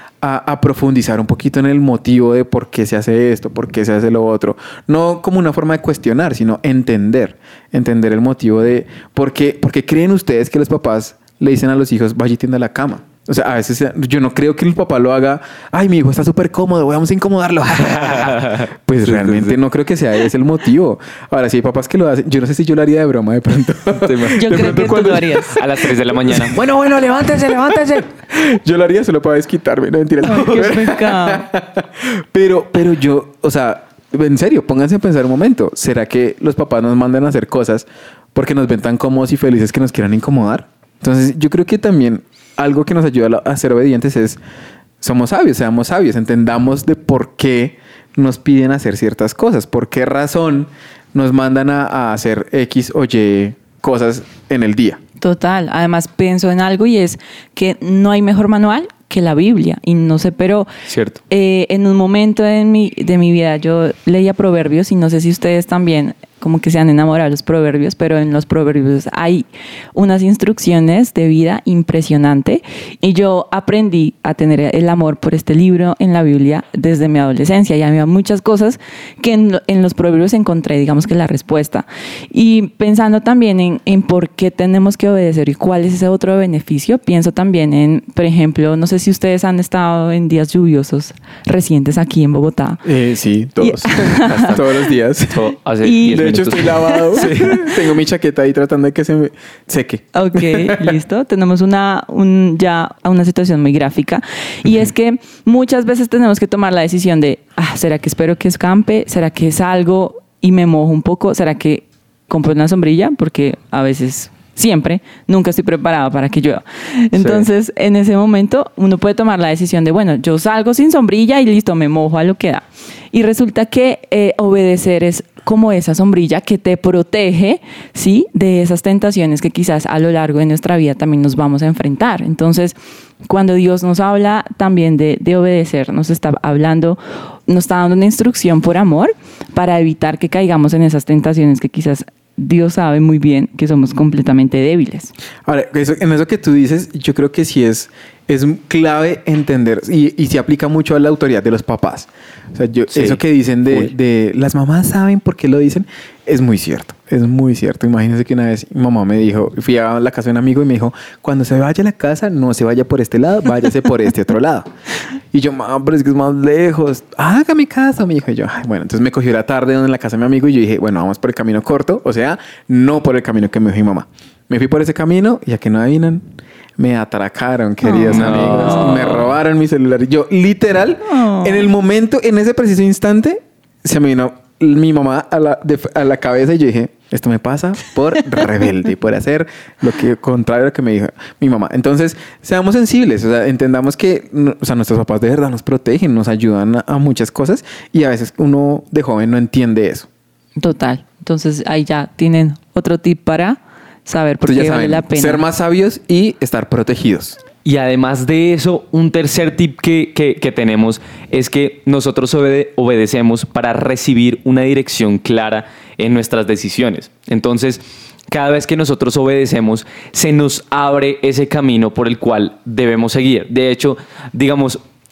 a profundizar un poquito en el motivo de por qué se hace esto, por qué se hace lo otro. No como una forma de cuestionar, sino entender el motivo de por qué creen ustedes que los papás le dicen a los hijos: vaya y tienda la cama. O sea, a veces yo no creo que el papá lo haga: ay, mi hijo está súper cómodo, vamos a incomodarlo. Pues realmente no creo que sea ese el motivo. Ahora, si hay papás que lo hacen, yo no sé si yo lo haría de broma de pronto. Yo creo que tú lo harías. A las 3 de la mañana. Bueno, levántese. Yo lo haría solo para desquitarme, no mentira. Qué pecado. Pero yo, o sea, en serio, pónganse a pensar un momento. ¿Será que los papás nos mandan a hacer cosas porque nos ven tan cómodos y felices que nos quieran incomodar? Entonces, yo creo que también algo que nos ayuda a ser obedientes es: seamos sabios, entendamos de por qué nos piden hacer ciertas cosas, por qué razón nos mandan a hacer X o Y cosas en el día. Total. Además, pienso en algo, y es que no hay mejor manual que la Biblia. Y no sé, pero Cierto. En un momento de mi vida yo leía Proverbios, y no sé si ustedes también como que se han enamorado de los proverbios, pero en los proverbios hay unas instrucciones de vida impresionante, y yo aprendí a tener el amor por este libro en la Biblia desde mi adolescencia, y había muchas cosas que en los proverbios encontré, digamos que la respuesta. Y pensando también en por qué tenemos que obedecer y cuál es ese otro beneficio, pienso también en, por ejemplo, no sé si ustedes han estado en días lluviosos recientes aquí en Bogotá. Sí, todos. Todos los días. Hace Y- 10 De hecho, minutos. estoy lavado. Tengo mi chaqueta ahí tratando de que se me seque. Ok, listo. Tenemos ya una situación muy gráfica. Y es que muchas veces tenemos que tomar la decisión de: ¿será que espero que escampe? ¿Será que salgo y me mojo un poco? ¿Será que compro una sombrilla? Porque a veces, siempre, nunca estoy preparada para que llueva. Entonces, en ese momento, uno puede tomar la decisión de: bueno, yo salgo sin sombrilla y listo, me mojo a lo que da. Y resulta que obedecer es como esa sombrilla que te protege, ¿sí?, de esas tentaciones que quizás a lo largo de nuestra vida también nos vamos a enfrentar. Entonces, cuando Dios nos habla también de obedecer, nos está dando una instrucción por amor para evitar que caigamos en esas tentaciones que quizás Dios sabe muy bien que somos completamente débiles. Ahora, en eso que tú dices, yo creo que sí es clave entender, y se aplica mucho a la autoridad de los papás. O sea, Sí. eso que dicen de las mamás saben por qué lo dicen, es muy cierto. Es muy cierto. Imagínense que una vez mi mamá me dijo, fui a la casa de un amigo y me dijo: cuando se vaya a la casa, no se vaya por este lado, váyase por este otro lado. Y yo: mamá, pero es que es más lejos. Hágame caso, me dijo. Y yo: ay, bueno, entonces me cogió la tarde en la casa de mi amigo, y yo dije: bueno, vamos por el camino corto, o sea, no por el camino que me dijo mi mamá. Me fui por ese camino, y a que no adivinan, me atracaron, queridos amigos. Me robaron mi celular. Y yo, literal, en el momento, en ese preciso instante, se me vino mi mamá a la cabeza, y yo dije: esto me pasa por rebelde, por hacer lo contrario a lo que me dijo mi mamá. Entonces, seamos sensibles, o sea, entendamos que, o sea, nuestros papás de verdad nos protegen, nos ayudan a muchas cosas, y a veces uno de joven no entiende eso. Total. Entonces, ahí ya tienen otro tip para saber por Entonces, qué ya vale saben, la pena. ser más sabios y estar protegidos. Y además de eso, un tercer tip que tenemos es que nosotros obedecemos para recibir una dirección clara en nuestras decisiones. Entonces, cada vez que nosotros obedecemos, se nos abre ese camino por el cual debemos seguir. De hecho, digamos,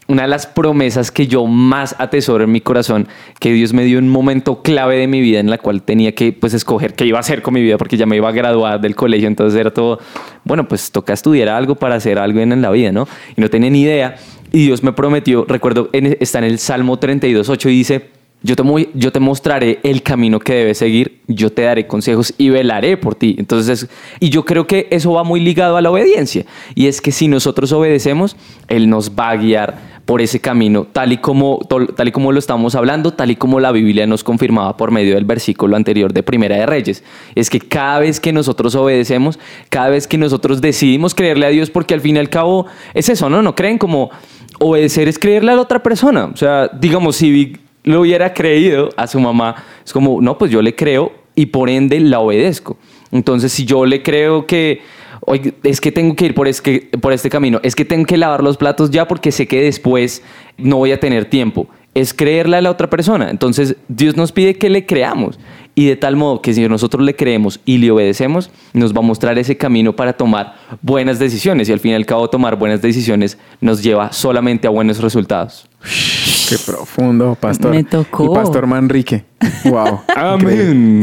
una de las promesas que yo más atesoro en mi corazón, que Dios me dio un momento clave de mi vida en la cual tenía que pues escoger qué iba a hacer con mi vida, porque ya me iba a graduar del colegio, entonces era todo, bueno, pues toca estudiar algo para hacer algo en la vida, ¿no? Y no tenía ni idea. Y Dios me prometió, recuerdo, está en el Salmo 32:8 y dice: yo te mostraré el camino que debes seguir, yo te daré consejos y velaré por ti. Entonces, y yo creo que eso va muy ligado a la obediencia. Y es que si nosotros obedecemos, Él nos va a guiar por ese camino, tal y como lo estamos hablando, tal y como la Biblia nos confirmaba por medio del versículo anterior de Primera de Reyes. Es que cada vez que nosotros obedecemos, cada vez que nosotros decidimos creerle a Dios, porque al fin y al cabo es eso, ¿no? ¿No creen? Como obedecer es creerle a la otra persona. O sea, digamos, si lo hubiera creído a su mamá, es como, no, pues yo le creo y por ende la obedezco. Entonces, si yo le creo que, oye, es que tengo que ir por este camino, es que tengo que lavar los platos ya porque sé que después no voy a tener tiempo, es creerle a la otra persona. Entonces, Dios nos pide que le creamos, y de tal modo que si nosotros le creemos y le obedecemos, nos va a mostrar ese camino para tomar buenas decisiones, y al fin y al cabo tomar buenas decisiones nos lleva solamente a buenos resultados. Qué profundo, pastor. Me tocó. Y pastor Manrique. Wow. Amén.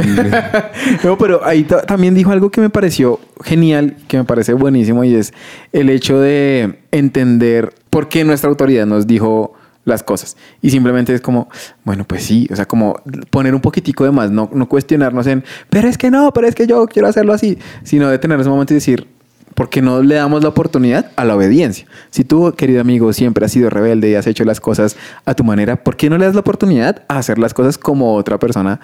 No, pero ahí también dijo algo que me pareció genial, que me parece buenísimo, y es el hecho de entender por qué nuestra autoridad nos dijo las cosas. Y simplemente es como, bueno, pues sí, o sea, como poner un poquitico de más, no cuestionarnos en, pero es que yo quiero hacerlo así, sino detener ese momento y decir, ¿por qué no le damos la oportunidad a la obediencia? Si tú, querido amigo, siempre has sido rebelde y has hecho las cosas a tu manera, ¿por qué no le das la oportunidad a hacer las cosas como otra persona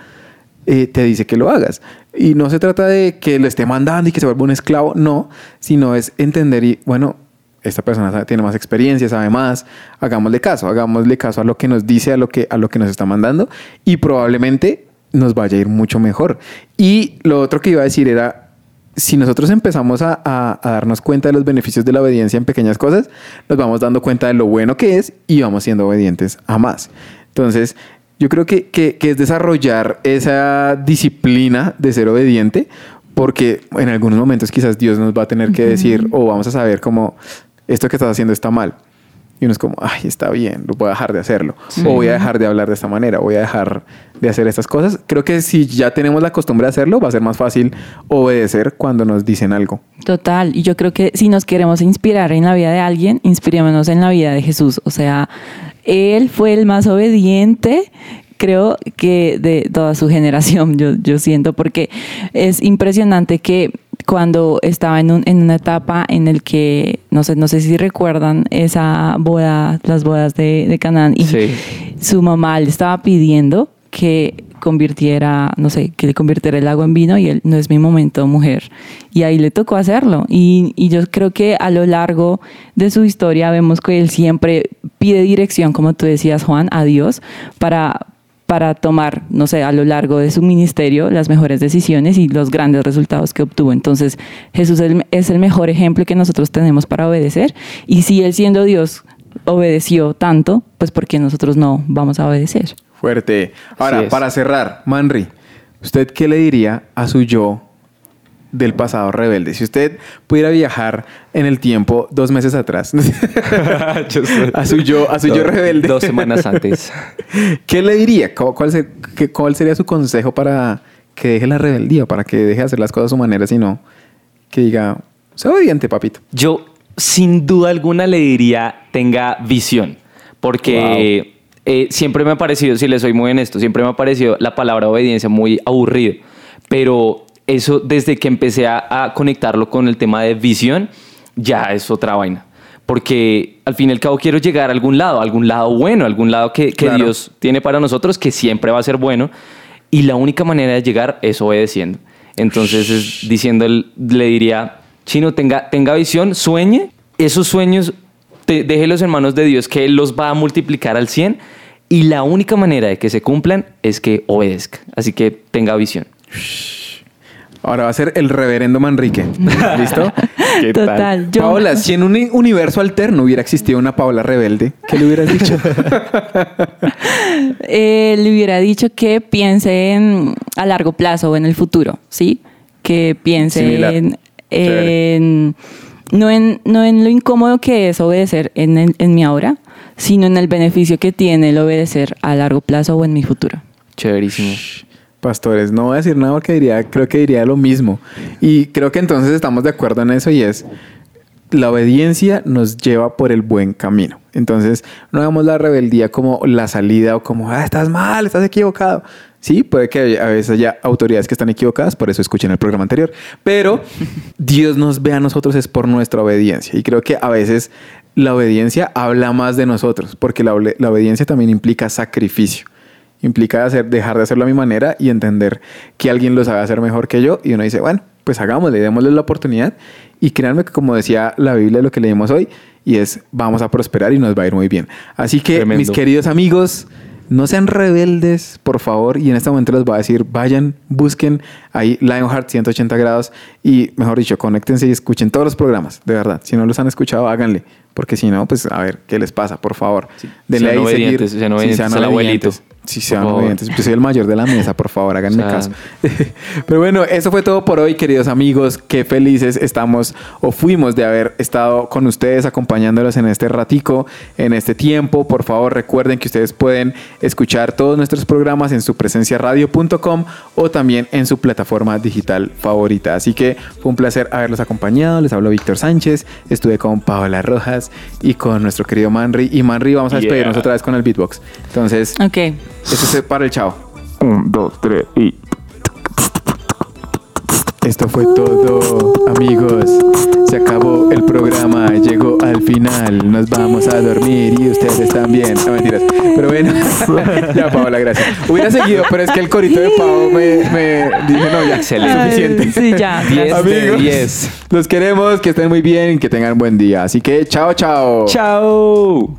te dice que lo hagas? Y no se trata de que lo esté mandando y que se vuelva un esclavo, no, sino es entender y, bueno, esta persona tiene más experiencia, sabe más, hagámosle caso a lo que nos dice, a lo que nos está mandando, y probablemente nos vaya a ir mucho mejor. Y lo otro que iba a decir era, si nosotros empezamos a darnos cuenta de los beneficios de la obediencia en pequeñas cosas, nos vamos dando cuenta de lo bueno que es y vamos siendo obedientes a más. Entonces, yo creo que es desarrollar esa disciplina de ser obediente, porque en algunos momentos quizás Dios nos va a tener que decir, o vamos a saber como, esto que estás haciendo está mal. Y uno es como, ay, está bien, voy a dejar de hacerlo. Sí. O voy a dejar de hablar de esta manera, voy a dejar de hacer estas cosas. Creo que si ya tenemos la costumbre de hacerlo, va a ser más fácil obedecer cuando nos dicen algo. Total. Y yo creo que si nos queremos inspirar en la vida de alguien, inspirémonos en la vida de Jesús. O sea, Él fue el más obediente, creo que de toda su generación, yo siento, porque es impresionante que cuando estaba en una etapa en el que, no sé si recuerdan esa boda, las bodas de Canaán, y sí, su mamá le estaba pidiendo que que le convirtiera el agua en vino, y él, no es mi momento, mujer. Y ahí le tocó hacerlo. Y yo creo que a lo largo de su historia vemos que él siempre pide dirección, como tú decías, Juan, a Dios para tomar, a lo largo de su ministerio las mejores decisiones y los grandes resultados que obtuvo. Entonces, Jesús es el mejor ejemplo que nosotros tenemos para obedecer. Y si Él, siendo Dios, obedeció tanto, pues ¿por qué nosotros no vamos a obedecer? Fuerte. Ahora, para cerrar, Manri, ¿usted qué le diría a su yo del pasado rebelde? Si usted pudiera viajar en el tiempo 2 meses atrás a su yo rebelde, 2 semanas antes, ¿qué le diría? ¿Cuál sería su consejo para que deje la rebeldía, para que deje de hacer las cosas a su manera, sino que diga, sé obediente, papito? Yo sin duda alguna le diría, tenga visión, porque siempre me ha parecido, si le soy muy honesto, siempre me ha parecido la palabra obediencia muy aburrido, pero eso, desde que empecé a conectarlo con el tema de visión, ya es otra vaina. Porque al fin y al cabo quiero llegar a algún lado bueno, algún lado que claro, Dios tiene para nosotros, que siempre va a ser bueno. Y la única manera de llegar es obedeciendo. Entonces, le diría, Chino, tenga visión, sueñe. Esos sueños, déjelos en manos de Dios, que Él los va a multiplicar al 100. Y la única manera de que se cumplan es que obedezca. Así que tenga visión. Ahora va a ser el reverendo Manrique. ¿Listo? ¿Qué Total. Tal? Paola, si en un universo alterno hubiera existido una Paola rebelde, ¿qué le hubieras dicho? Le hubiera dicho que piense a largo plazo o en el futuro, ¿sí? Que piense no en lo incómodo que es obedecer en mi ahora, sino en el beneficio que tiene el obedecer a largo plazo o en mi futuro. Chéverísimo. Pastores, no voy a decir nada porque creo que diría lo mismo. Y creo que entonces estamos de acuerdo en eso y es, la obediencia nos lleva por el buen camino. Entonces, no hagamos la rebeldía como la salida o como, estás mal, estás equivocado. Sí, puede que a veces haya autoridades que están equivocadas, por eso escuchen el programa anterior. Pero Dios nos ve a nosotros es por nuestra obediencia. Y creo que a veces la obediencia habla más de nosotros, porque la obediencia también implica sacrificio. Implica dejar de hacerlo a mi manera y entender que alguien lo sabe hacer mejor que yo. Y uno dice, bueno, pues hagámosle, démosle la oportunidad. Y créanme que como decía la Biblia, lo que leímos hoy, y es, vamos a prosperar y nos va a ir muy bien. Así que, tremendo. Mis queridos amigos, no sean rebeldes, por favor. Y en este momento les voy a decir, vayan, busquen ahí Lionheart 180 grados. Y mejor dicho, conéctense y escuchen todos los programas, de verdad. Si no los han escuchado, háganle. Porque si no, pues a ver, ¿qué les pasa? Por favor. Sí. Denle ahí seguir. Sean obedientes al abuelito. Sí, sean obedientes. Yo soy el mayor de la mesa, por favor, háganme caso. Pero bueno, eso fue todo por hoy, queridos amigos. Qué felices estamos o fuimos de haber estado con ustedes, acompañándolos en este ratico, en este tiempo. Por favor, recuerden que ustedes pueden escuchar todos nuestros programas en supresenciaradio.com o también en su plataforma digital favorita. Así que fue un placer haberlos acompañado. Les habló Víctor Sánchez. Estuve con Paola Rojas y con nuestro querido Manri. Y Manri, vamos a despedirnos otra vez con el beatbox. Entonces, ok. Eso es para el chao. 1, 2, 3 y... Esto fue todo, amigos. Se acabó el programa, llegó al final. Nos vamos a dormir y ustedes también. No, mentiras. Pero bueno, ya, Paola, gracias. Hubiera seguido, pero es que el corito de Pau me dije, no, ya, excelente. Suficiente. Sí, ya. 10 amigos, 10. Los queremos, que estén muy bien y que tengan buen día. Así que, chao, chao. Chao.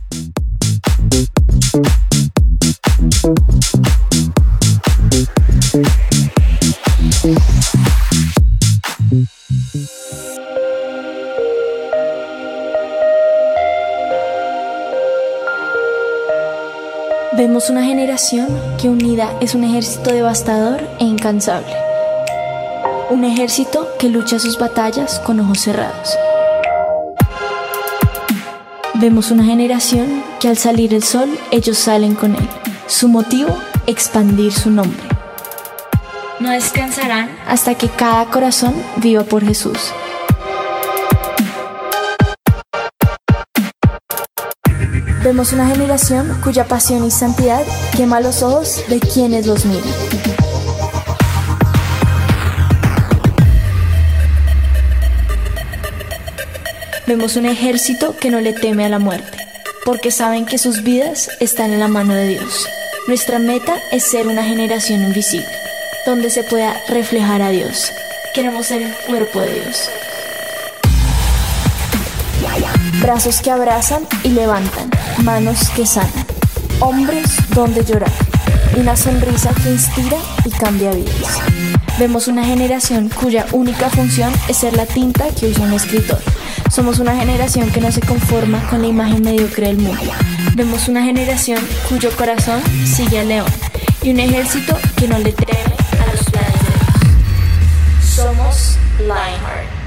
Vemos una generación que unida es un ejército devastador e incansable. Un ejército que lucha sus batallas con ojos cerrados. Vemos una generación que al salir el sol, ellos salen con él. Su motivo, expandir su nombre. No descansarán hasta que cada corazón viva por Jesús. Vemos una generación cuya pasión y santidad quema los ojos de quienes los miran. Vemos un ejército que no le teme a la muerte, porque saben que sus vidas están en la mano de Dios. Nuestra meta es ser una generación invisible, donde se pueda reflejar a Dios. Queremos ser el cuerpo de Dios. Brazos que abrazan y levantan, manos que sanan, hombros donde llorar, una sonrisa que inspira y cambia vidas. Vemos una generación cuya única función es ser la tinta que usa un escritor. Somos una generación que no se conforma con la imagen mediocre del mundo. Vemos una generación cuyo corazón sigue al león y un ejército que no le teme a los planes de Dios. Somos Lionheart.